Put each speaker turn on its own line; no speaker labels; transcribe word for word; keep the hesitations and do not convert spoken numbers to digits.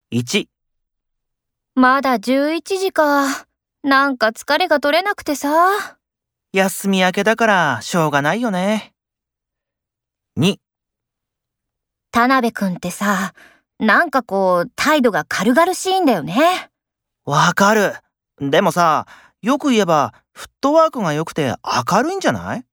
いち、
まだじゅういちじか。なんか疲れが取れなくてさ。
休み明けだからしょうがないよね。に、
田辺くんってさ、なんかこう、態度が軽々しいんだよね。
わかる。でもさ、よく言えばフットワークが良くて明るいんじゃない？